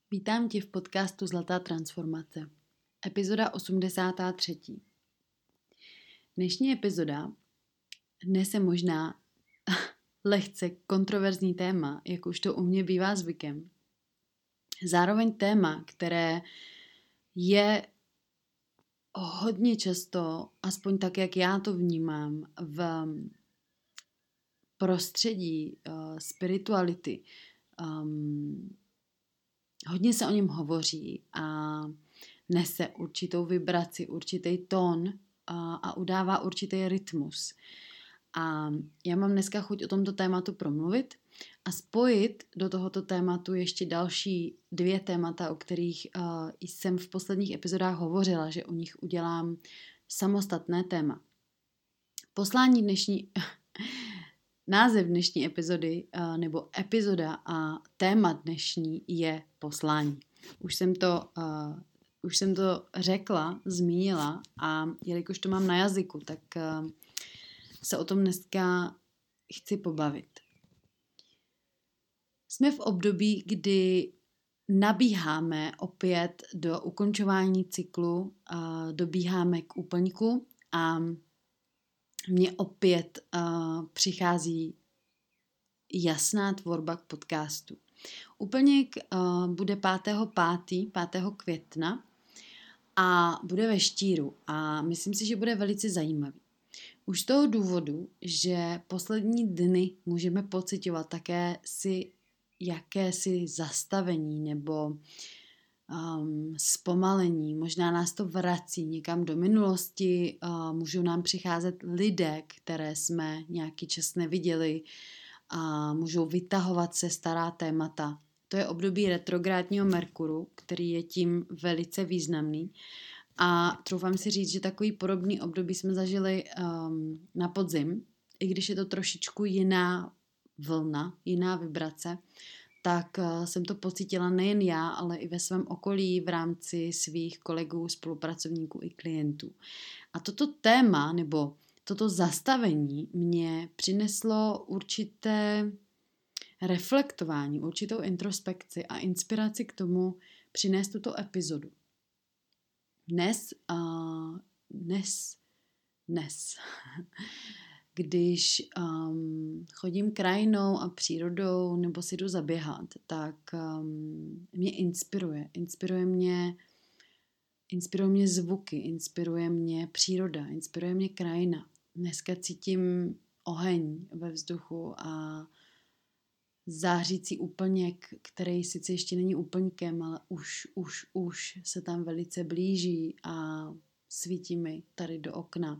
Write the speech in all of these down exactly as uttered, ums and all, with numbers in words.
Vítám tě v podcastu Zlatá transformace, epizoda osmdesátá třetí. Dnešní epizoda nese možná lehce kontroverzní téma, jak už to u mě bývá zvykem. Zároveň téma, které je hodně často, aspoň tak, jak já to vnímám, v prostředí uh, spirituality. Um, hodně se o něm hovoří a nese určitou vibraci, určitý tón a, a udává určitý rytmus. A já mám dneska chuť o tomto tématu promluvit a spojit do tohoto tématu ještě další dvě témata, o kterých uh, jsem v posledních epizodách hovořila, že o nich udělám samostatné téma. Poslání dnešní, název dnešní epizody, uh, nebo epizoda a téma dnešní je poslání. Už jsem to uh, Už jsem to řekla, zmínila a jelikož to mám na jazyku, tak uh, se o tom dneska chci pobavit. Jsme v období, kdy nabíháme opět do ukončování cyklu, uh, dobíháme k úplňku a mně opět uh, přichází jasná tvorba k podcastu. Úplněk uh, bude pátého pátého pátého května a bude ve Štíru a myslím si, že bude velice zajímavý. Už z toho důvodu, že poslední dny můžeme pociťovat také si jakési zastavení nebo um, zpomalení. Možná nás to vrací někam do minulosti, uh, můžou nám přicházet lidé, které jsme nějaký čas neviděli a můžou vytahovat se stará témata. To je období retrográdního Merkuru, který je tím velice významný. A troufám si říct, že takový podobný období jsme zažili um, na podzim, i když je to trošičku jiná vlna, jiná vibrace, tak uh, jsem to pocítila nejen já, ale i ve svém okolí v rámci svých kolegů, spolupracovníků i klientů. A toto téma nebo toto zastavení mě přineslo určité reflektování, určitou introspekci a inspiraci k tomu přinést tuto epizodu. Dnes, uh, dnes, dnes, když um, chodím krajinou a přírodou nebo si jdu zaběhat, tak um, mě inspiruje. Inspiruje mě, inspiruje mě zvuky, inspiruje mě příroda, inspiruje mě krajina. Dneska cítím oheň ve vzduchu a zářící úplněk, který sice ještě není úplňkem, ale už, už, už se tam velice blíží a svítí mi tady do okna.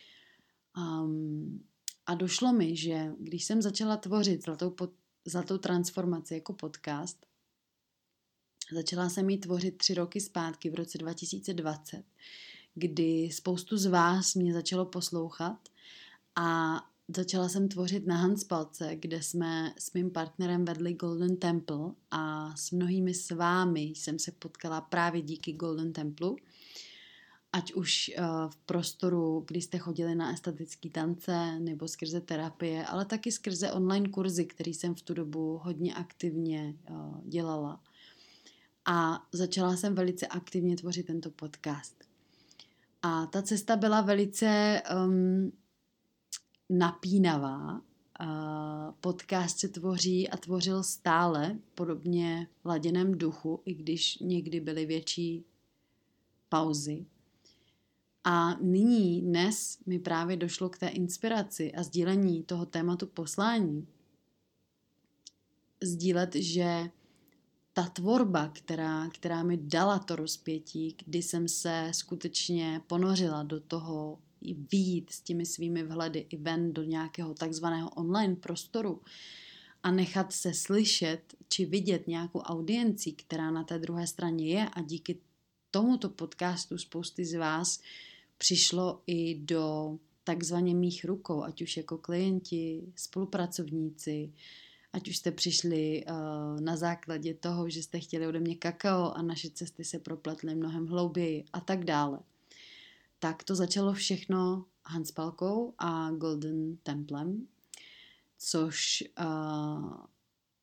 Um, a došlo mi, že když jsem začala tvořit zlatou, pod, zlatou transformaci jako podcast, začala jsem ji tvořit tři roky zpátky v roce dva tisíce dvacet, kdy spoustu z vás mě začalo poslouchat a začala jsem tvořit na Hanspalce, kde jsme s mým partnerem vedli Golden Temple a s mnohými s vámi jsem se potkala právě díky Golden Templu. Ať už uh, v prostoru, kdy jste chodili na estetické tance nebo skrze terapie, ale taky skrze online kurzy, který jsem v tu dobu hodně aktivně uh, dělala. A začala jsem velice aktivně tvořit tento podcast. A ta cesta byla velice um, napínavá. Podcast se tvoří a tvořil stále podobně v laděném duchu, i když někdy byly větší pauzy. A nyní, dnes mi právě došlo k té inspiraci a sdílení toho tématu poslání. Sdílet, že ta tvorba, která, která mi dala to rozpětí, kdy jsem se skutečně ponořila do toho i vyjít s těmi svými vhledy i ven do nějakého takzvaného online prostoru a nechat se slyšet či vidět nějakou audienci, která na té druhé straně je a díky tomuto podcastu spousty z vás přišlo i do takzvaně mých rukou, ať už jako klienti, spolupracovníci, ať už jste přišli uh, na základě toho, že jste chtěli ode mě kakao a naše cesty se propletly mnohem hlouběji a tak dále. Tak to začalo všechno Hanspalkou a Golden Templem, což uh,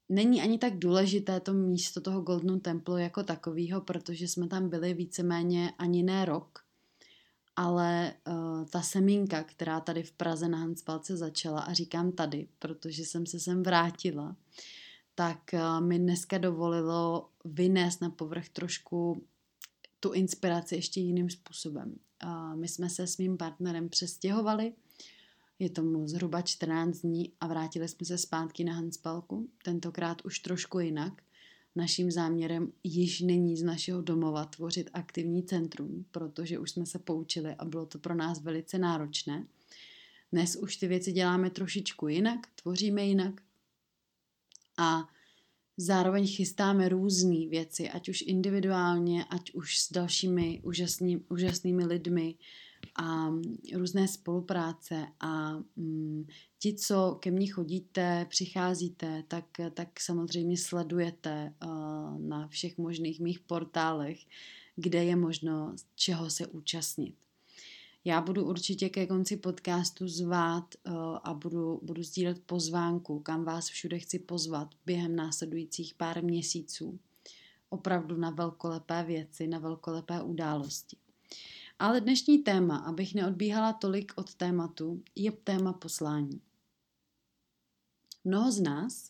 není ani tak důležité to místo toho Golden Temple jako takového, protože jsme tam byli víceméně ani ne rok, ale uh, ta semínka, která tady v Praze na Hanspalce začala, a říkám tady, protože jsem se sem vrátila, tak uh, mi dneska dovolilo vynést na povrch trošku tu inspiraci ještě jiným způsobem. Uh, my jsme se s mým partnerem přestěhovali, je tomu zhruba čtrnáct dní a vrátili jsme se zpátky na Hanspalku, tentokrát už trošku jinak. Naším záměrem již není z našeho domova tvořit aktivní centrum, protože už jsme se poučili a bylo to pro nás velice náročné. Dnes už ty věci děláme trošičku jinak, tvoříme jinak a zároveň chystáme různé věci, ať už individuálně, ať už s dalšími úžasný, úžasnými lidmi a různé spolupráce a mm, ti, co ke mně chodíte, přicházíte, tak, tak samozřejmě sledujete uh, na všech možných mých portálech, kde je možno čeho se účastnit. Já budu určitě ke konci podcastu zvát uh, a budu, budu sdílet pozvánku, kam vás všude chci pozvat během následujících pár měsíců. Opravdu na velkolepé věci, na velkolepé události. Ale dnešní téma, abych neodbíhala tolik od tématu, je téma poslání. Mnoho z nás,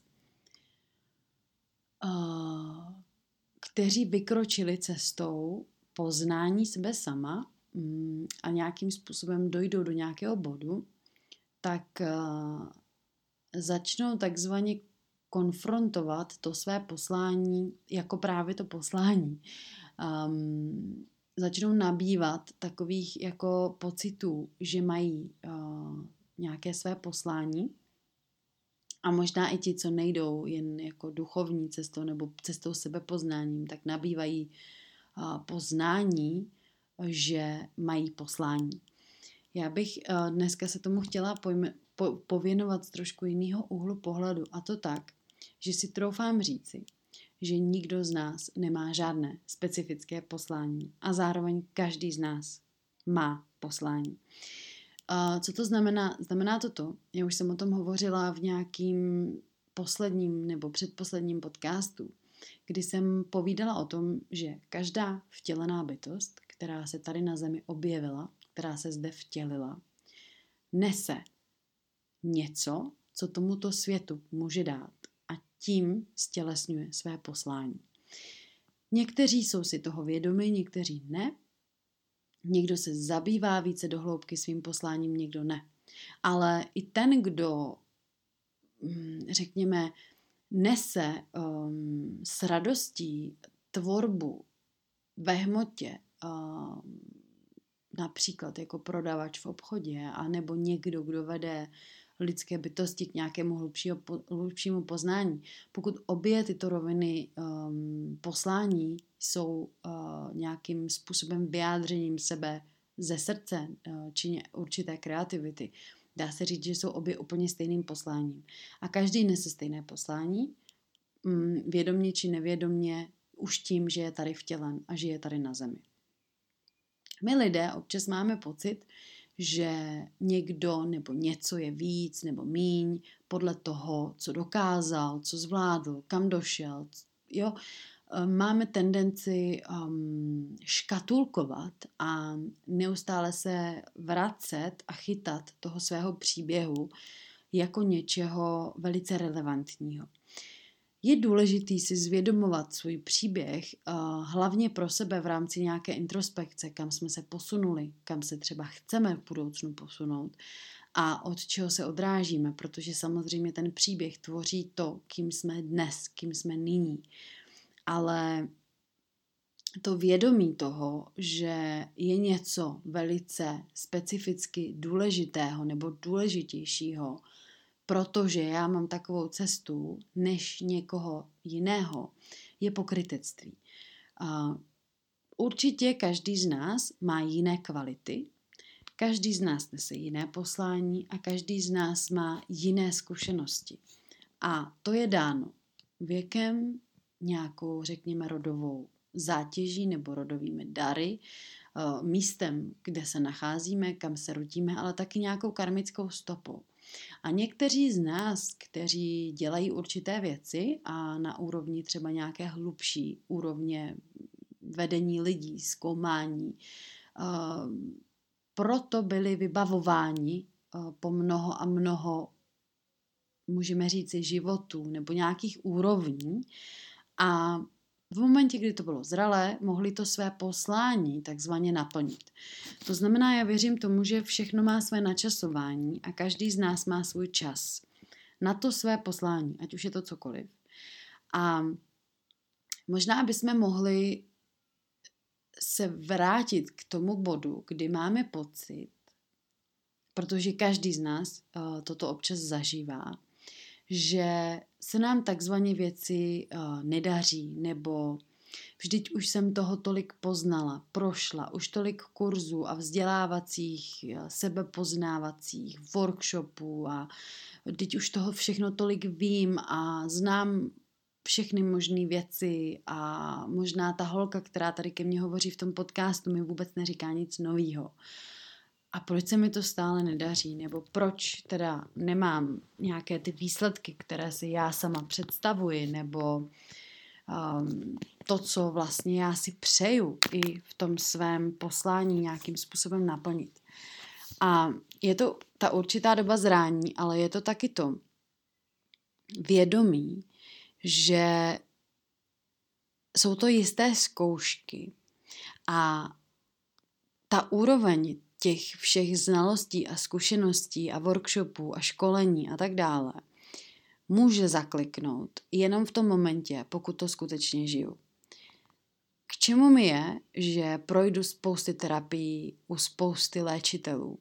uh, kteří vykročili cestou poznání sebe sama um, a nějakým způsobem dojdou do nějakého bodu, tak uh, začnou takzvaně konfrontovat to své poslání jako právě to poslání. Um, začnou nabývat takových jako pocitů, že mají uh, nějaké své poslání a možná i ti, co nejdou jen jako duchovní cestou nebo cestou sebepoznáním, tak nabývají uh, poznání, že mají poslání. Já bych uh, dneska se tomu chtěla pojme, po, pověnovat z trošku jiného úhlu pohledu a to tak, že si troufám říci, že nikdo z nás nemá žádné specifické poslání a zároveň každý z nás má poslání. Uh, co to znamená? Znamená to to, já už jsem o tom hovořila v nějakým posledním nebo předposledním podcastu, kdy jsem povídala o tom, že každá vtělená bytost, která se tady na zemi objevila, která se zde vtělila, nese něco, co tomuto světu může dát. Tím stělesňuje své poslání. Někteří jsou si toho vědomi, někteří ne. Někdo se zabývá více do hloubky svým posláním, někdo ne. Ale i ten, kdo, řekněme, nese um, s radostí tvorbu ve hmotě, um, například jako prodavač v obchodě, anebo někdo, kdo vede lidské bytosti k nějakému hlubšího, hlubšímu poznání. Pokud obě tyto roviny um, poslání jsou uh, nějakým způsobem vyjádřením sebe ze srdce uh, či určité kreativity, dá se říct, že jsou obě úplně stejným posláním. A každý nese stejné poslání, um, vědomě či nevědomě, už tím, že je tady vtělen a že je tady na zemi. My lidé občas máme pocit, že někdo nebo něco je víc nebo míň podle toho, co dokázal, co zvládl, kam došel. Jo? Máme tendenci um, škatulkovat a neustále se vracet a chytat toho svého příběhu jako něčeho velice relevantního. Je důležitý si zvědomovat svůj příběh uh, hlavně pro sebe v rámci nějaké introspekce, kam jsme se posunuli, kam se třeba chceme v budoucnu posunout a od čeho se odrážíme, protože samozřejmě ten příběh tvoří to, kým jsme dnes, kým jsme nyní. Ale to vědomí toho, že je něco velice specificky důležitého nebo důležitějšího, protože já mám takovou cestu než někoho jiného, je pokrytectví. Uh, určitě každý z nás má jiné kvality, každý z nás nese jiné poslání a každý z nás má jiné zkušenosti. A to je dáno věkem, nějakou, řekněme, rodovou zátěží nebo rodovými dary, uh, místem, kde se nacházíme, kam se rodíme, ale taky nějakou karmickou stopou. A někteří z nás, kteří dělají určité věci a na úrovni třeba nějaké hlubší úrovně vedení lidí, zkoumání, proto byli vybavováni po mnoho a mnoho, můžeme říci, životů nebo nějakých úrovní a v momentě, kdy to bylo zralé, mohli to své poslání takzvaně naplnit. To znamená, já věřím tomu, že všechno má své načasování a každý z nás má svůj čas na to své poslání, ať už je to cokoliv. A možná bychom mohli se vrátit k tomu bodu, kdy máme pocit, protože každý z nás uh, toto občas zažívá, že se nám takzvaně věci uh, nedaří, nebo vždyť už jsem toho tolik poznala, prošla, už tolik kurzů a vzdělávacích, sebepoznávacích, workshopů a vždyť už toho všechno tolik vím a znám všechny možné věci a možná ta holka, která tady ke mně hovoří v tom podcastu, mi vůbec neříká nic novýho. A proč se mi to stále nedaří? Nebo proč teda nemám nějaké ty výsledky, které si já sama představuji? Nebo um, to, co vlastně já si přeju i v tom svém poslání nějakým způsobem naplnit. A je to ta určitá doba zrání, ale je to taky to vědomí, že jsou to jisté zkoušky a ta úroveň těch všech znalostí a zkušeností a workshopů a školení a tak dále může zakliknout jenom v tom momentě, pokud to skutečně žiju. K čemu mi je, že projdu spousty terapií u spousty léčitelů,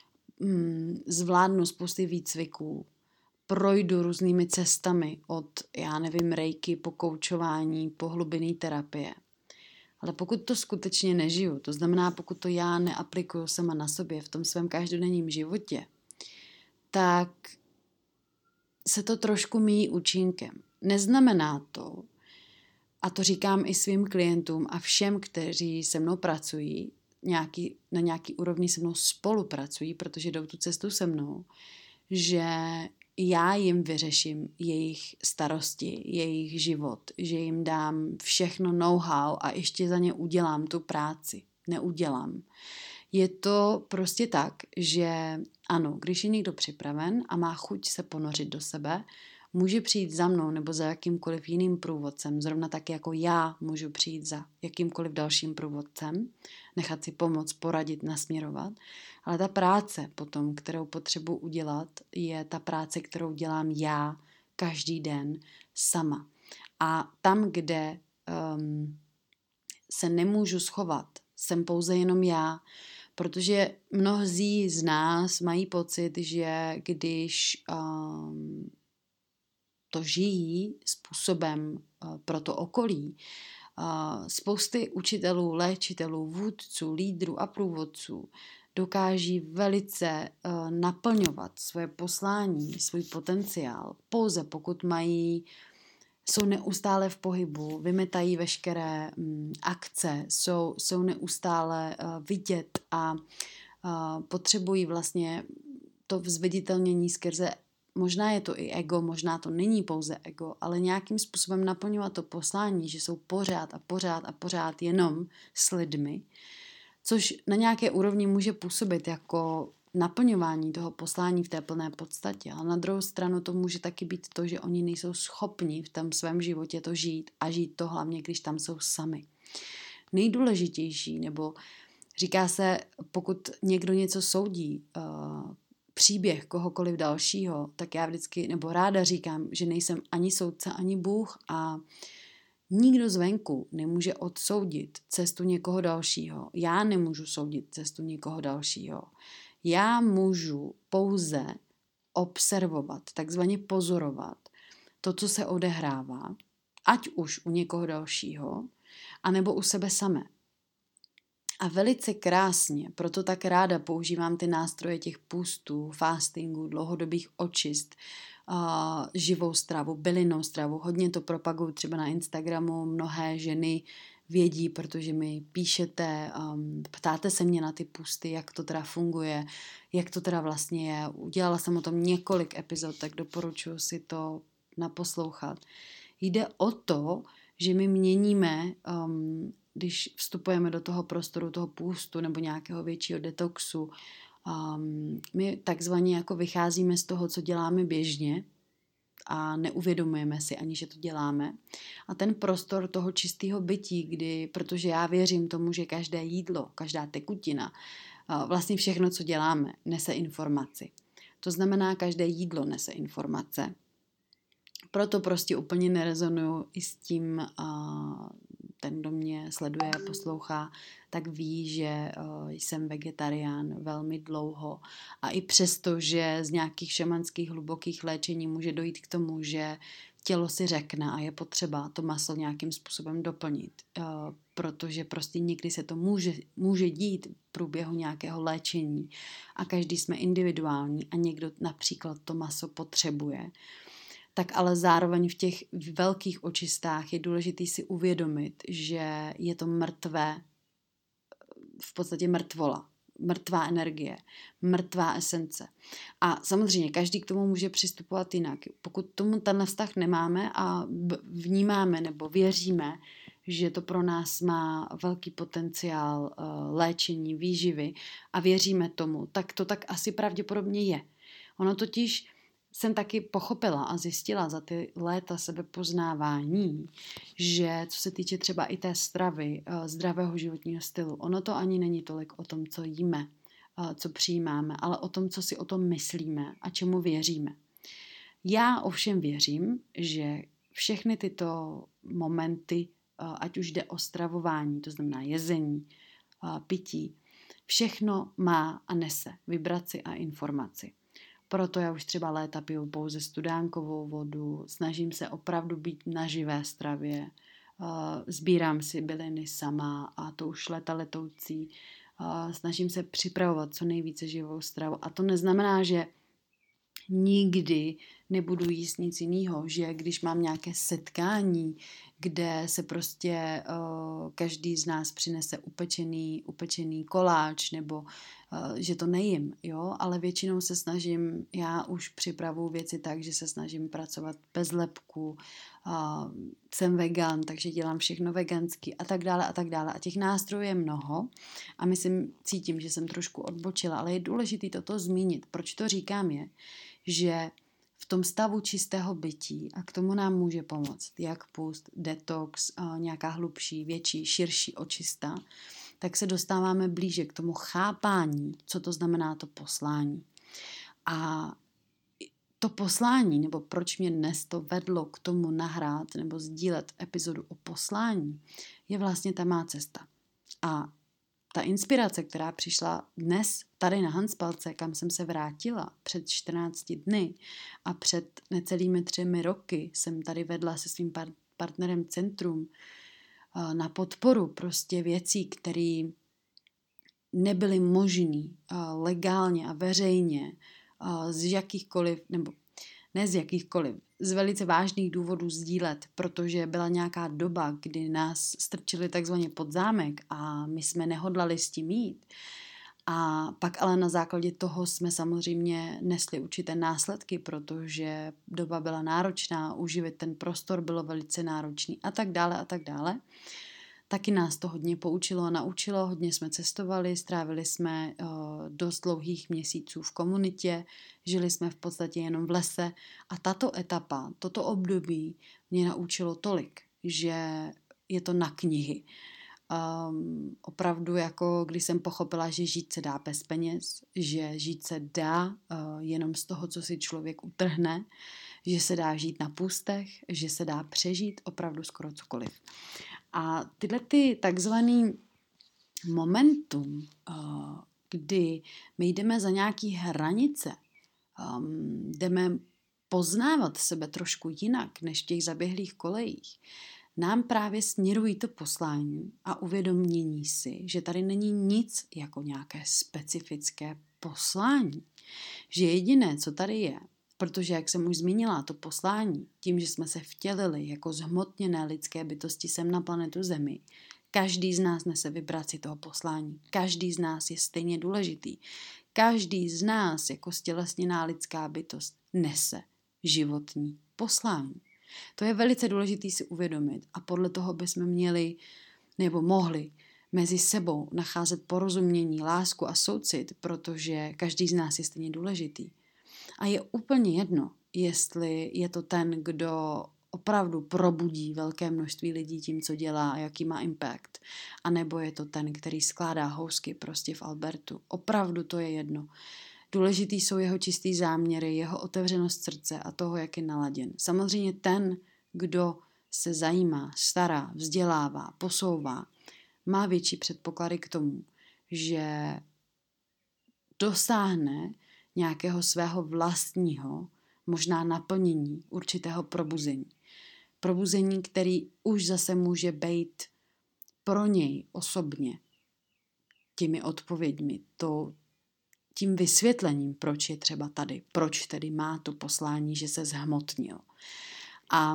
zvládnu spousty výcviků, projdu různými cestami od, já nevím, reiki, po koučování, po hlubinné terapie. Ale pokud to skutečně nežiju, to znamená, pokud to já neaplikuju sama na sobě v tom svém každodenním životě, tak se to trošku míjí účinkem. Neznamená to, a to říkám i svým klientům a všem, kteří se mnou pracují, nějaký, na nějaký úrovni se mnou spolupracují, protože jdou tu cestu se mnou, že já jim vyřeším jejich starosti, jejich život, že jim dám všechno know-how a ještě za ně udělám tu práci. Neudělám. Je to prostě tak, že ano, když je někdo připraven a má chuť se ponořit do sebe, může přijít za mnou nebo za jakýmkoliv jiným průvodcem, zrovna tak jako já můžu přijít za jakýmkoliv dalším průvodcem, nechat si pomoct, poradit, nasměrovat. Ale ta práce potom, kterou potřebuji udělat, je ta práce, kterou dělám já každý den sama. A tam, kde um, se nemůžu schovat, jsem pouze jenom já, protože mnozí z nás mají pocit, že když um, to žijí způsobem uh, pro to okolí, uh, spousty učitelů, léčitelů, vůdců, lídrů a průvodců dokáží velice uh, naplňovat svoje poslání, svůj potenciál, pouze pokud mají, jsou neustále v pohybu, vymetají veškeré um, akce, jsou, jsou neustále uh, vidět a uh, potřebují vlastně to vzviditelnění skrze, možná je to i ego, možná to není pouze ego, ale nějakým způsobem naplňovat to poslání, že jsou pořád a pořád a pořád jenom s lidmi, což na nějaké úrovni může působit jako naplňování toho poslání v té plné podstatě. Ale na druhou stranu to může taky být to, že oni nejsou schopni v tom svém životě to žít a žít to hlavně, když tam jsou sami. Nejdůležitější, nebo říká se, pokud někdo něco soudí, uh, příběh kohokoliv dalšího, tak já vždycky, nebo ráda říkám, že nejsem ani soudce, ani Bůh a nikdo zvenku nemůže odsoudit cestu někoho dalšího. Já nemůžu soudit cestu někoho dalšího. Já můžu pouze observovat, takzvaně pozorovat to, co se odehrává, ať už u někoho dalšího, anebo u sebe samé. A velice krásně, proto tak ráda používám ty nástroje těch půstů, fastingů, dlouhodobých očist, uh, živou stravu, bylinnou stravu. Hodně to propaguju třeba na Instagramu, mnohé ženy vědí, protože mi píšete, um, ptáte se mě na ty pusty, jak to teda funguje, jak to teda vlastně je. Udělala jsem o tom několik epizod, tak doporučuji si to naposlouchat. Jde o to, že my měníme, um, když vstupujeme do toho prostoru, toho půstu nebo nějakého většího detoxu, um, my takzvaně jako vycházíme z toho, co děláme běžně a neuvědomujeme si ani, že to děláme. A ten prostor toho čistého bytí, kdy, protože já věřím tomu, že každé jídlo, každá tekutina, uh, vlastně všechno, co děláme, nese informaci. To znamená, každé jídlo nese informace. Proto prostě úplně nerezonuju i s tím, ten, kdo mě sleduje a poslouchá, tak ví, že jsem vegetarián velmi dlouho. A i přesto, že z nějakých šamanských hlubokých léčení může dojít k tomu, že tělo si řekne a je potřeba to maso nějakým způsobem doplnit. Protože prostě někdy se to může, může dít v průběhu nějakého léčení a každý jsme individuální a někdo například to maso potřebuje. Tak ale zároveň v těch velkých očistách je důležité si uvědomit, že je to mrtvé, v podstatě mrtvola, mrtvá energie, mrtvá esence. A samozřejmě každý k tomu může přistupovat jinak. Pokud tomu ten vztah nemáme a vnímáme nebo věříme, že to pro nás má velký potenciál léčení, výživy a věříme tomu, tak to tak asi pravděpodobně je. Ono totiž jsem taky pochopila a zjistila za ty léta sebepoznávání, že co se týče třeba i té stravy, zdravého životního stylu, ono to ani není tolik o tom, co jíme, co přijímáme, ale o tom, co si o tom myslíme a čemu věříme. Já ovšem věřím, že všechny tyto momenty, ať už jde o stravování, to znamená jezení, pití, všechno má a nese vibraci a informaci. Proto já už třeba léta piju pouze studánkovou vodu, snažím se opravdu být na živé stravě, sbírám si byliny sama a to už léta letoucí, snažím se připravovat co nejvíce živou stravu. A to neznamená, že nikdy nebudu jíst nic jiného, že když mám nějaké setkání, kde se prostě uh, každý z nás přinese upečený, upečený koláč nebo uh, že to nejím, jo, ale většinou se snažím, já už připravuju věci tak, že se snažím pracovat bez lepku, uh, jsem vegan, takže dělám všechno vegansky a tak dále a tak dále a těch nástrojů je mnoho a myslím, cítím, že jsem trošku odbočila, ale je důležité toto zmínit. Proč to říkám je, že v tom stavu čistého bytí a k tomu nám může pomoct jak půst, detox, nějaká hlubší, větší, širší očista, tak se dostáváme blíže k tomu chápání, co to znamená to poslání. A to poslání, nebo proč mě dnes to vedlo k tomu nahrát nebo sdílet epizodu o poslání, je vlastně ta má cesta. A ta inspirace, která přišla dnes tady na Hanspalce, kam jsem se vrátila před čtrnácti dny a před necelými třemi roky jsem tady vedla se svým par- partnerem Centrum na podporu prostě věcí, které nebyly možné legálně a veřejně z jakýchkoliv, nebo ne z jakýchkoliv, z velice vážných důvodů sdílet, protože byla nějaká doba, kdy nás strčili takzvaně pod zámek a my jsme nehodlali s tím jít. A pak ale na základě toho jsme samozřejmě nesli určité následky, protože doba byla náročná, uživit ten prostor bylo velice náročný a tak dále a tak dále. Taky nás to hodně poučilo a naučilo, hodně jsme cestovali, strávili jsme uh, dost dlouhých měsíců v komunitě, žili jsme v podstatě jenom v lese a tato etapa, toto období mě naučilo tolik, že je to na knihy. Um, opravdu jako když jsem pochopila, že žít se dá bez peněz, že žít se dá uh, jenom z toho, co si člověk utrhne, že se dá žít na půstech, že se dá přežít opravdu skoro cokoliv. A tyhle ty takzvaný momentum, uh, kdy my jdeme za nějaký hranice, um, jdeme poznávat sebe trošku jinak než v těch zaběhlých kolejích, nám právě směrují to poslání a uvědomění si, že tady není nic jako nějaké specifické poslání. Že jediné, co tady je, protože, jak jsem už zmínila, to poslání, tím, že jsme se vtělili jako zhmotněné lidské bytosti sem na planetu Zemi, Každý z nás nese vibraci toho poslání. Každý z nás je stejně důležitý. Každý z nás jako stělesněná lidská bytost nese životní poslání. To je velice důležité si uvědomit a podle toho bychom měli nebo mohli mezi sebou nacházet porozumění, lásku a soucit, protože každý z nás je stejně důležitý. A je úplně jedno, jestli je to ten, kdo opravdu probudí velké množství lidí tím, co dělá a jaký má impact, anebo je to ten, který skládá housky prostě v Albertu. Opravdu to je jedno. Důležitý jsou jeho čistý záměry, jeho otevřenost srdce a toho, jak je naladěn. Samozřejmě ten, kdo se zajímá, stará, vzdělává, posouvá, má větší předpoklady k tomu, že dosáhne nějakého svého vlastního, možná naplnění, určitého probuzení. Probuzení, který už zase může být pro něj osobně těmi odpověďmi, to, tím vysvětlením, proč je třeba tady, proč tedy má to poslání, že se zhmotnil. A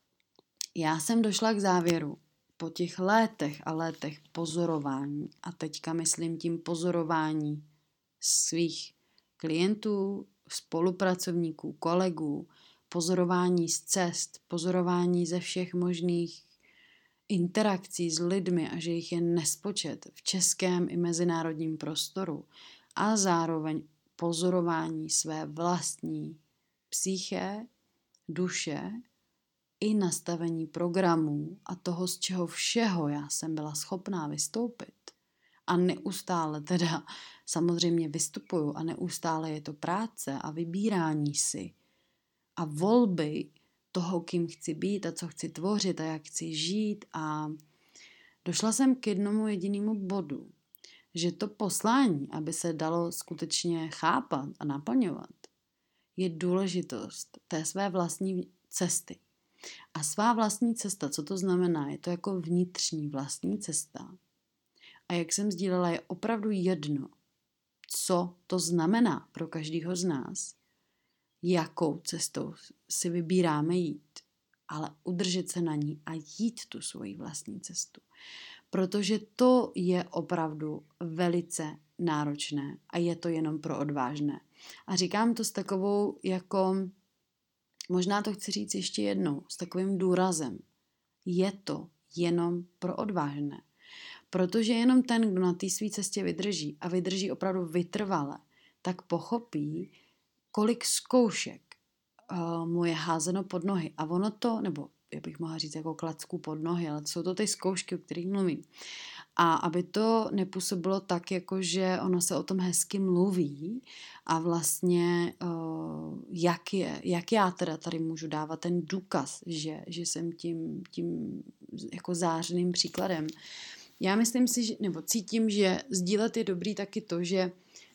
já jsem došla k závěru po těch létech a létech pozorování, a teďka myslím tím pozorování svých klientů, spolupracovníků, kolegů, pozorování z cest, pozorování ze všech možných interakcí s lidmi a že jich je nespočet v českém i mezinárodním prostoru a zároveň pozorování své vlastní psyché, duše i nastavení programů a toho, z čeho všeho já jsem byla schopná vystoupit. A neustále teda samozřejmě vystupuju a neustále je to práce a vybírání si a volby toho, kým chci být a co chci tvořit a jak chci žít. A došla jsem k jednomu jedinému bodu, že to poslání, aby se dalo skutečně chápat a naplňovat, je důležitost té své vlastní cesty. A svá vlastní cesta, co to znamená? Je to jako vnitřní vlastní cesta. A jak jsem sdílela, je opravdu jedno, co to znamená pro každého z nás, jakou cestou si vybíráme jít, ale udržet se na ní a jít tu svoji vlastní cestu. Protože to je opravdu velice náročné a je to jenom pro odvážné. A říkám to s takovou jako, možná to chci říct ještě jednou, s takovým důrazem. Je to jenom pro odvážné. Protože jenom ten, kdo na té své cestě vydrží a vydrží opravdu vytrvale, tak pochopí, kolik zkoušek uh, mu je házeno pod nohy. A ono to, nebo já bych mohla říct jako klacků pod nohy, ale jsou to ty zkoušky, o kterých mluvím. A aby to nepůsobilo tak, jako že ono se o tom hezky mluví a vlastně uh, jak je, jak já teda tady můžu dávat ten důkaz, že, že jsem tím, tím jako zářným příkladem. Já myslím si, že, nebo cítím, že sdílet je dobrý taky to, že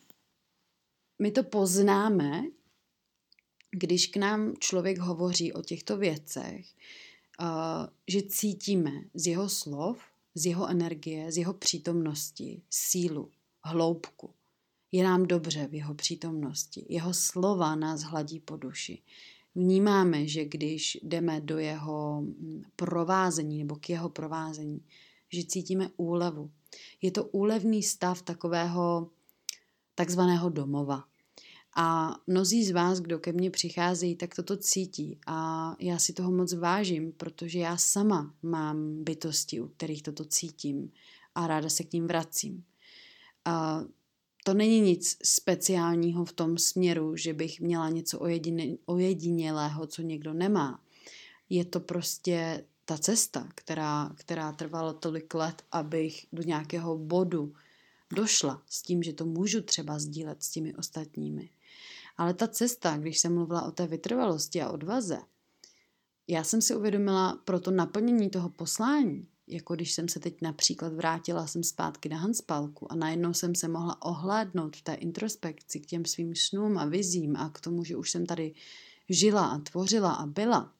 my to poznáme, když k nám člověk hovoří o těchto věcech, uh, že cítíme z jeho slov, z jeho energie, z jeho přítomnosti, sílu, hloubku. Je nám dobře v jeho přítomnosti. Jeho slova nás hladí po duši. Vnímáme, že když jdeme do jeho provázení nebo k jeho provázení, že cítíme úlevu. Je to úlevný stav takového takzvaného domova. A mnozí z vás, kdo ke mně přicházejí, tak toto cítí. A já si toho moc vážím, protože já sama mám bytosti, u kterých toto cítím a ráda se k ním vracím. A to není nic speciálního v tom směru, že bych měla něco ojedinělého, co někdo nemá. Je to prostě ta cesta, která, která trvala tolik let, abych do nějakého bodu došla s tím, že to můžu třeba sdílet s těmi ostatními. Ale ta cesta, když jsem mluvila o té vytrvalosti a odvaze, já jsem si uvědomila pro to naplnění toho poslání, jako když jsem se teď například vrátila jsem zpátky na Hanspalku a najednou jsem se mohla ohlédnout v té introspekci k těm svým snům a vizím a k tomu, že už jsem tady žila a tvořila a byla,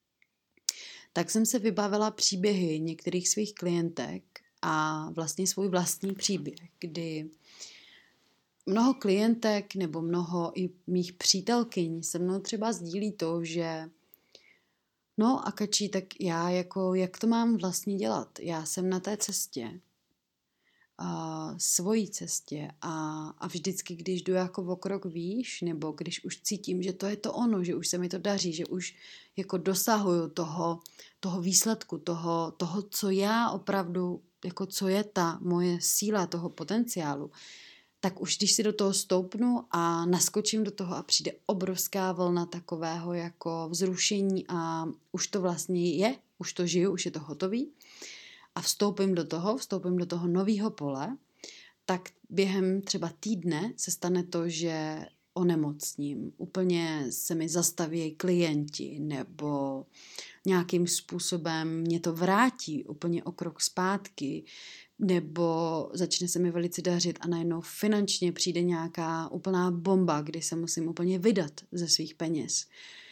tak jsem se vybavila příběhy některých svých klientek a vlastně svůj vlastní příběh, kdy mnoho klientek nebo mnoho i mých přítelkyň se mnou třeba sdílí to, že No a Kačí, tak já jako, jak to mám vlastně dělat? Já jsem na té cestě, a svojí cestě a, a vždycky, když jdu jako o krok výš, nebo když už cítím, že to je to ono, že už se mi to daří, že už jako dosahuju toho, toho výsledku, toho, toho, co já opravdu, jako co je ta moje síla toho potenciálu, tak už když si do toho stoupnu a naskočím do toho a přijde obrovská vlna takového jako vzrušení a už to vlastně je, už to žiju, už je to hotový a vstoupím do toho, vstoupím do toho nového pole, tak během třeba týdne se stane to, že onemocním, úplně se mi zastaví klienti nebo nějakým způsobem mě to vrátí úplně o krok zpátky, nebo začne se mi velice dařit a najednou finančně přijde nějaká úplná bomba, kdy se musím úplně vydat ze svých peněz.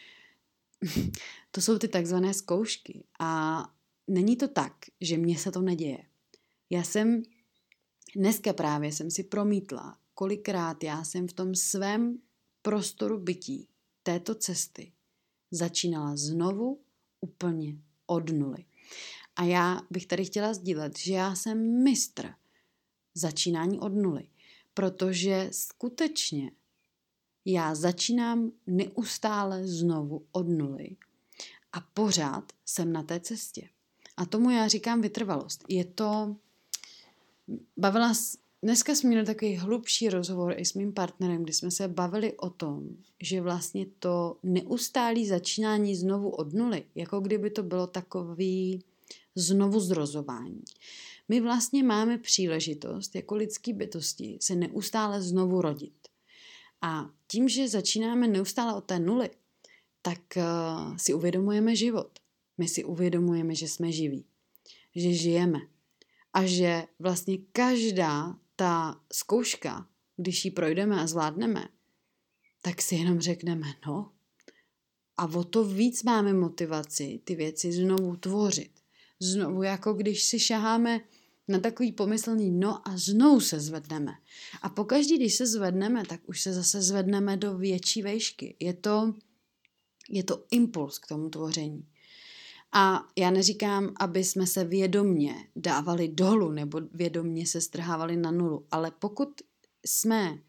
To jsou ty takzvané zkoušky a není to tak, že mně se to neděje. Já jsem, dneska právě jsem si promítla, kolikrát já jsem v tom svém prostoru bytí této cesty začínala znovu úplně od nuly. A já bych tady chtěla sdílet, že já jsem mistr začínání od nuly, protože skutečně já začínám neustále znovu od nuly a pořád jsem na té cestě. A tomu já říkám vytrvalost. Je to, bavila, dneska jsme měli takový hlubší rozhovor i s mým partnerem, kdy jsme se bavili o tom, že vlastně to neustálé začínání znovu od nuly, jako kdyby to bylo takový znovu zrozování. My vlastně máme příležitost jako lidský bytosti se neustále znovu rodit. A tím, že začínáme neustále od té nuly, tak uh, si uvědomujeme život. My si uvědomujeme, že jsme živí, že žijeme a že vlastně každá ta zkouška, když ji projdeme a zvládneme, tak si jenom řekneme, no a o to víc máme motivaci ty věci znovu tvořit. Znovu, jako když si šaháme na takový pomyslný no a znovu se zvedneme. A pokaždý, když se zvedneme, tak už se zase zvedneme do větší vejšky. Je to, je to impuls k tomu tvoření. A já neříkám, aby jsme se vědomně dávali dolů nebo vědomně se strhávali na nulu, ale pokud jsme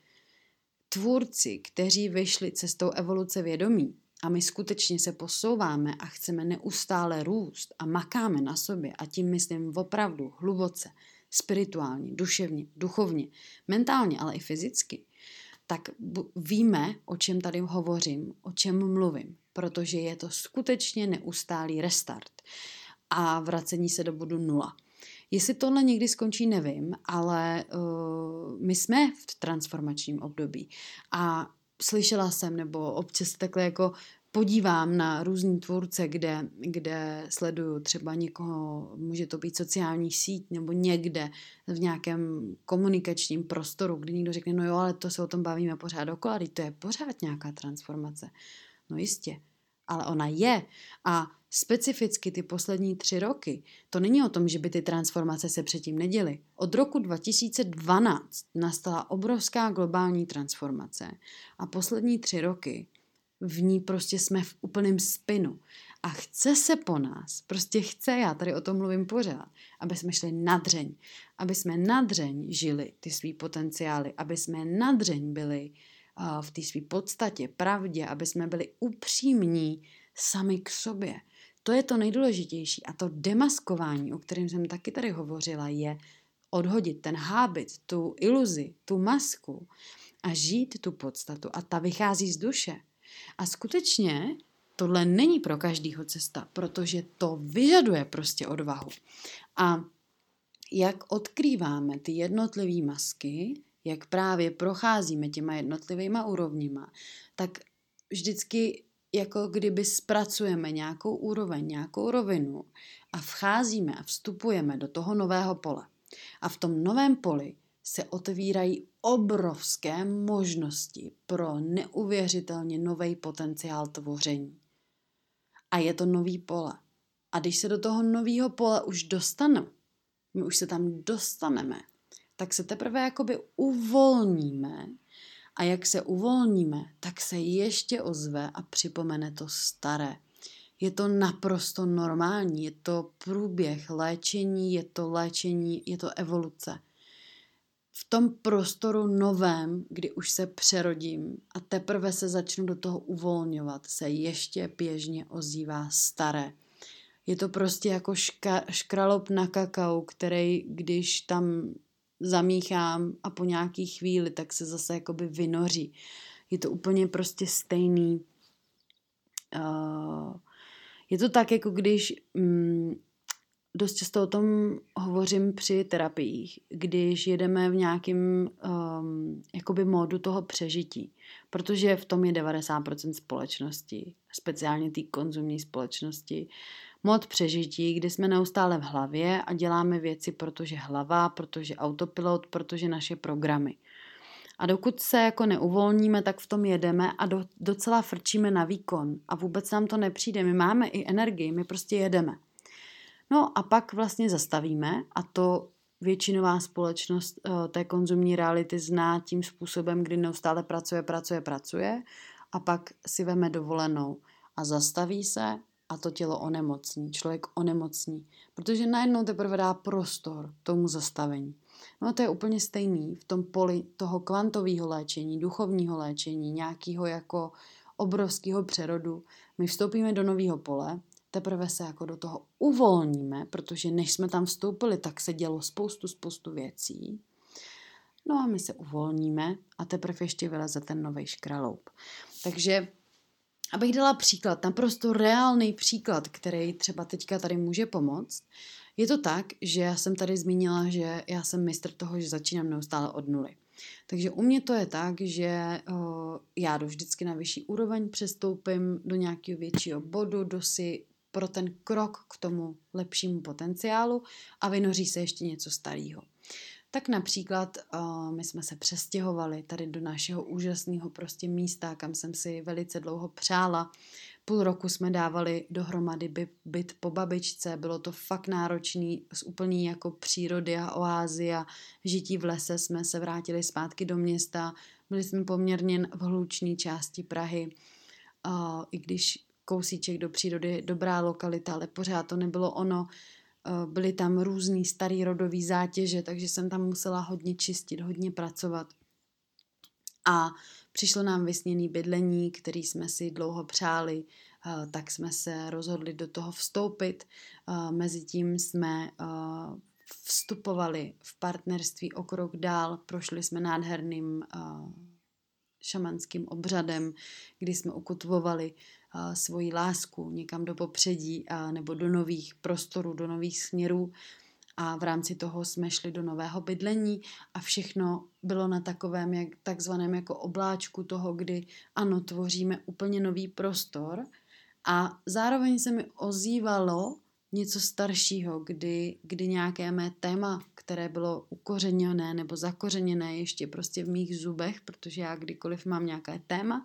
tvůrci, kteří vyšli cestou evoluce vědomí, a my skutečně se posouváme a chceme neustále růst a makáme na sobě a tím myslím opravdu hluboce, spirituálně, duševně, duchovně, mentálně, ale i fyzicky, tak víme, o čem tady hovořím, o čem mluvím, protože je to skutečně neustálý restart a vracení se do bodu nula. Jestli tohle někdy skončí, nevím, ale uh, my jsme v transformačním období a slyšela jsem, nebo občas takhle jako podívám na různý tvůrce, kde, kde sleduju třeba někoho, může to být sociální síť nebo někde v nějakém komunikačním prostoru, kdy někdo řekne, no jo, ale to se o tom bavíme pořád dokola, to je pořád nějaká transformace. No jistě, ale ona je a specificky ty poslední tři roky, to není o tom, že by ty transformace se předtím neděly. Od roku dva tisíce dvanáct nastala obrovská globální transformace a poslední tři roky v ní prostě jsme v úplném spinu. A chce se po nás, prostě chce, já tady o tom mluvím pořád, aby jsme šli na dřeň, aby jsme na dřeň žili ty svý potenciály, aby jsme na dřeň byli uh, v té své podstatě, pravdě, aby jsme byli upřímní sami k sobě. To je to nejdůležitější a to demaskování, o kterém jsem taky tady hovořila, je odhodit ten hábit, tu iluzi, tu masku a žít tu podstatu a ta vychází z duše. A skutečně tohle není pro každýho cesta, protože to vyžaduje prostě odvahu. A jak odkrýváme ty jednotlivé masky, jak právě procházíme těma jednotlivýma úrovněma, tak vždycky jako kdyby zpracujeme nějakou úroveň, nějakou rovinu a vcházíme a vstupujeme do toho nového pole. A v tom novém poli se otevírají obrovské možnosti pro neuvěřitelně nový potenciál tvoření. A je to nový pole. A když se do toho nového pole už dostanu, my už se tam dostaneme, tak se teprve jakoby uvolníme a jak se uvolníme, tak se ještě ozve a připomene to staré. Je to naprosto normální, je to průběh léčení, je to léčení, je to evoluce. V tom prostoru novém, kdy už se přerodím a teprve se začnu do toho uvolňovat, se ještě běžně ozývá staré. Je to prostě jako ška, škralop na kakao, který když tam zamíchám a po nějaký chvíli, tak se zase jakoby vynoří. Je to úplně prostě stejný. Uh, je to tak, jako když... Mm, dost často o tom hovořím při terapiích, když jedeme v nějakém um, jakoby módu toho přežití, protože v tom je devadesát procent společnosti, speciálně té konzumní společnosti, mód přežití, kdy jsme neustále v hlavě a děláme věci, protože hlava, protože autopilot, protože naše programy. A dokud se jako neuvolníme, tak v tom jedeme a do, docela frčíme na výkon a vůbec nám to nepřijde. My máme i energii, my prostě jedeme. No a pak vlastně zastavíme a to většinová společnost té konzumní reality zná tím způsobem, kdy neustále pracuje, pracuje, pracuje a pak si veme dovolenou a zastaví se a to tělo onemocní, člověk onemocní, protože najednou teprve dá prostor tomu zastavení. No a to je úplně stejný v tom poli toho kvantového léčení, duchovního léčení, nějakého jako obrovského přerodu. My vstoupíme do nového pole, teprve se jako do toho uvolníme, protože než jsme tam vstoupili, tak se dělo spoustu, spoustu věcí. No a my se uvolníme a teprve ještě vyleze ten novej škraloup. Takže, abych dala příklad, naprosto reálný příklad, který třeba teďka tady může pomoct, je to tak, že já jsem tady zmínila, že já jsem mistr toho, že začínám neustále od nuly. Takže u mě to je tak, že uh, já jdu vždycky na vyšší úroveň, přestoupím do nějakého většího bodu, do si pro ten krok k tomu lepšímu potenciálu a vynoří se ještě něco starého. Tak například uh, my jsme se přestěhovali tady do našeho úžasného prostě místa, kam jsem si velice dlouho přála. Půl roku jsme dávali dohromady byt, byt po babičce, bylo to fakt náročný, z úplný jako přírody a oázy a žití v lese jsme se vrátili zpátky do města. Byli jsme poměrně v hlučné části Prahy, uh, i když kousíček do přírody, dobrá lokalita, ale pořád to nebylo ono. Byly tam různý starý rodový zátěže, takže jsem tam musela hodně čistit, hodně pracovat. A přišlo nám vysněný bydlení, který jsme si dlouho přáli, tak jsme se rozhodli do toho vstoupit. Mezitím jsme vstupovali v partnerství o krok dál, prošli jsme nádherným šamanským obřadem, kdy jsme ukotvovali uh, svoji lásku někam do popředí uh, nebo do nových prostorů, do nových směrů a v rámci toho jsme šli do nového bydlení a všechno bylo na takovém jak, takzvaném jako obláčku toho, kdy ano, tvoříme úplně nový prostor a zároveň se mi ozývalo něco staršího, kdy, kdy nějaké mé téma, které bylo ukořeněné nebo zakořeněné ještě prostě v mých zubech, protože já kdykoliv mám nějaké téma,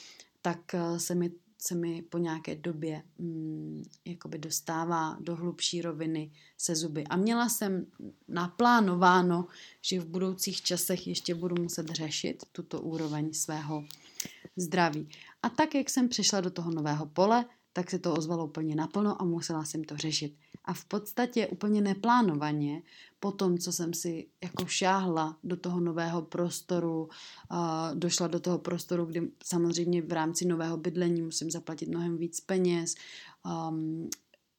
tak se mi, se mi po nějaké době mm, jakoby dostává do hlubší roviny se zuby. A měla jsem naplánováno, že v budoucích časech ještě budu muset řešit tuto úroveň svého zdraví. A tak, jak jsem přišla do toho nového pole, tak se to ozvalo úplně naplno a musela jsem to řešit. A v podstatě úplně neplánovaně, po tom, co jsem si jako šáhla do toho nového prostoru, uh, došla do toho prostoru, kdy samozřejmě v rámci nového bydlení musím zaplatit mnohem víc peněz, um,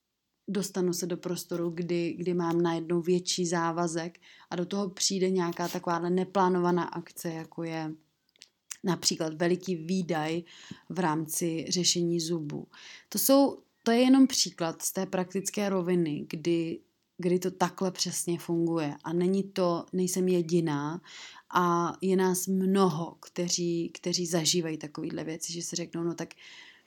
dostanu se do prostoru, kdy, kdy mám najednou větší závazek a do toho přijde nějaká taková neplánovaná akce, jako je například veliký výdaj v rámci řešení zubů. To, jsou, to je jenom příklad z té praktické roviny, kdy, kdy to takhle přesně funguje. A není to, nejsem jediná a je nás mnoho, kteří, kteří zažívají takovéhle věci, že si řeknou, no tak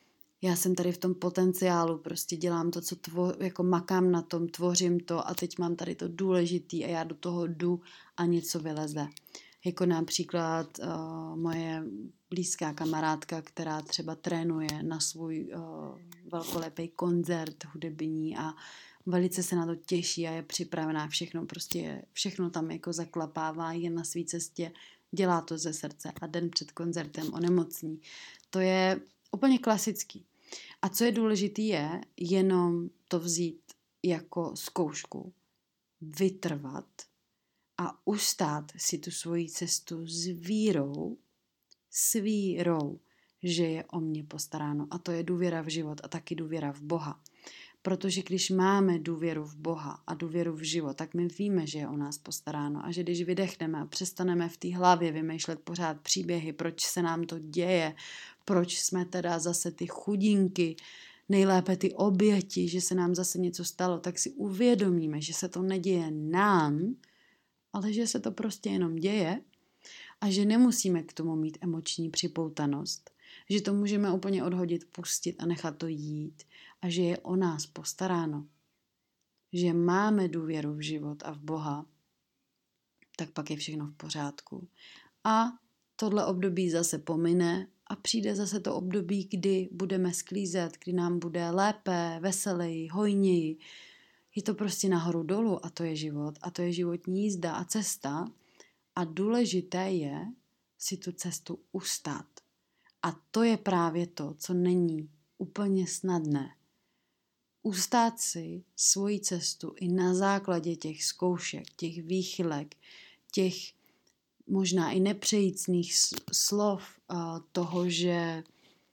já jsem tady v tom potenciálu, prostě dělám to, co tvo, jako makám na tom, tvořím to a teď mám tady to důležitý a já do toho jdu a něco vyleze. Jako například uh, moje blízká kamarádka, která třeba trénuje na svůj uh, velkolepý koncert hudební a velice se na to těší a je připravená všechno, prostě všechno tam jako zaklapává, je na své cestě, dělá to ze srdce a den před koncertem onemocní. To je úplně klasický. A co je důležité je jenom to vzít jako zkoušku, vytrvat a ustát si tu svoji cestu s vírou, s vírou, že je o mě postaráno. A to je důvěra v život a taky důvěra v Boha. Protože když máme důvěru v Boha a důvěru v život, tak my víme, že je o nás postaráno a že když vydechneme a přestaneme v té hlavě vymýšlet pořád příběhy, proč se nám to děje, proč jsme teda zase ty chudinky, nejlépe ty oběti, že se nám zase něco stalo, tak si uvědomíme, že se to neděje nám, ale že se to prostě jenom děje a že nemusíme k tomu mít emoční připoutanost, že to můžeme úplně odhodit, pustit a nechat to jít a že je o nás postaráno, že máme důvěru v život a v Boha, tak pak je všechno v pořádku. A tohle období zase pomine a přijde zase to období, kdy budeme sklízet, kdy nám bude lépe, veseleji, hojněji. Je to prostě nahoru dolů a to je život a to je životní jízda a cesta a důležité je si tu cestu ustát. A to je právě to, co není úplně snadné. Ustát si svoji cestu i na základě těch zkoušek, těch výchylek, těch možná i nepřejícných slov toho, že,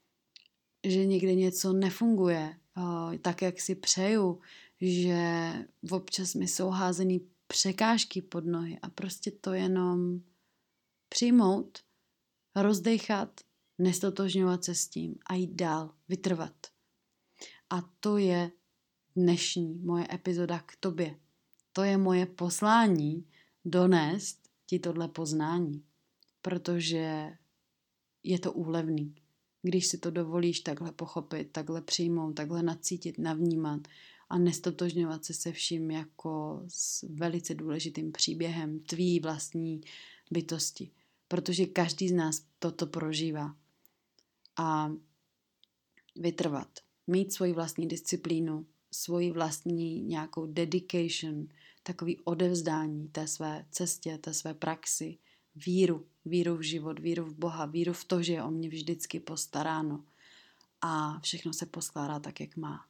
že někde něco nefunguje tak, jak si přeju, že občas mi jsou házený překážky pod nohy a prostě to jenom přijmout, rozdechat, nestotožňovat se s tím a jít dál, vytrvat. A to je dnešní moje epizoda k tobě. To je moje poslání donést ti tohle poznání, protože je to úlevný. Když si to dovolíš takhle pochopit, takhle přijmout, takhle nacítit, navnímat a nestotožňovat se se vším jako s velice důležitým příběhem tvý vlastní bytosti. Protože každý z nás toto prožívá. A vytrvat. Mít svoji vlastní disciplínu, svoji vlastní nějakou dedication, takový odevzdání té své cestě, té své praxi, víru, víru v život, víru v Boha, víru v to, že je o mě vždycky postaráno a všechno se poskládá tak, jak má.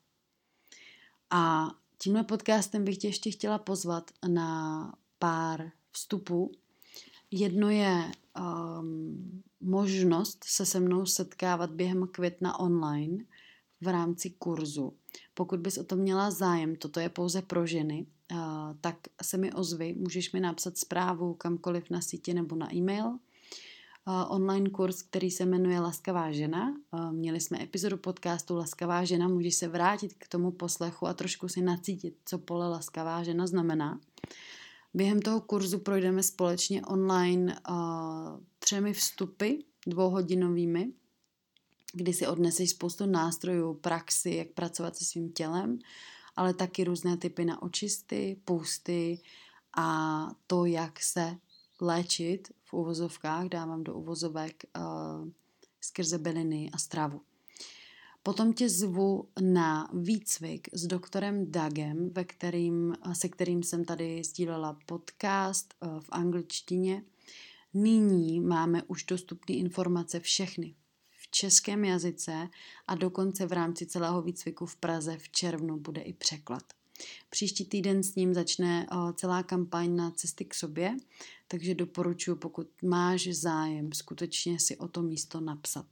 A tímhle podcastem bych tě ještě chtěla pozvat na pár vstupů. Jedno je um, možnost se se mnou setkávat během května online v rámci kurzu. Pokud bys o to měla zájem, toto je pouze pro ženy, uh, tak se mi ozvi, můžeš mi napsat zprávu kamkoliv na síti nebo na e-mail. Uh, online kurz, který se jmenuje Laskavá žena. Uh, měli jsme epizodu podcastu Laskavá žena, můžeš se vrátit k tomu poslechu a trošku si nacítit, co pole Laskavá žena znamená. Během toho kurzu projdeme společně online uh, třemi vstupy, dvouhodinovými, kdy si odneseš spoustu nástrojů, praxi, jak pracovat se svým tělem, ale taky různé typy na očisty, pusty a to, jak se léčit v uvozovkách, dávám do uvozovek uh, skrze byliny a stravu. Potom tě zvu na výcvik s doktorem Dougem, ve kterým, se kterým jsem tady sdílela podcast v angličtině. Nyní máme už dostupné informace všechny v českém jazyce a dokonce v rámci celého výcviku v Praze v červnu bude i překlad. Příští týden s ním začne celá kampaň na cesty k sobě, takže doporučuji, pokud máš zájem, skutečně si o to místo napsat.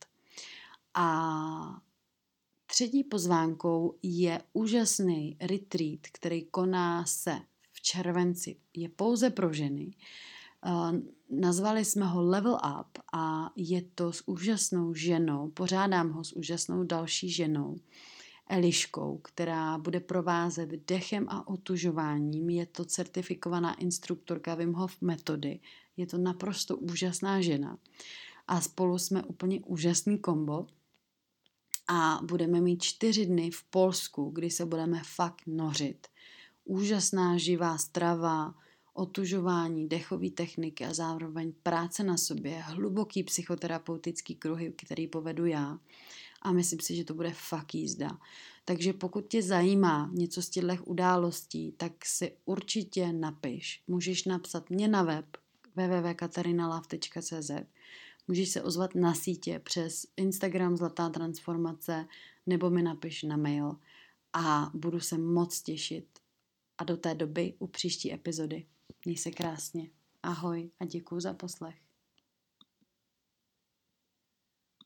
A třetí pozvánkou je úžasný retreat, který koná se v červenci. Je pouze pro ženy. Nazvali jsme ho Level Up a je to s úžasnou ženou, pořádám ho s úžasnou další ženou, Eliškou, která bude provázet dechem a otužováním. Je to certifikovaná instruktorka Wim Hof metody. Je to naprosto úžasná žena. A spolu jsme úplně úžasný kombo. A budeme mít čtyři dny v Polsku, kdy se budeme fakt nořit. Úžasná živá strava, otužování, dechové techniky a zároveň práce na sobě, hluboký psychoterapeutický kruhy, který povedu já. A myslím si, že to bude fakt jízda. Takže pokud tě zajímá něco z těchto událostí, tak si určitě napiš. Můžeš napsat mě na web w w w tečka katarina lav tečka c z. můžeš se ozvat na sítě přes Instagram Zlatá transformace nebo mi napiš na mail a budu se moc těšit. A do té doby u příští epizody. Měj se krásně. Ahoj a děkuju za poslech.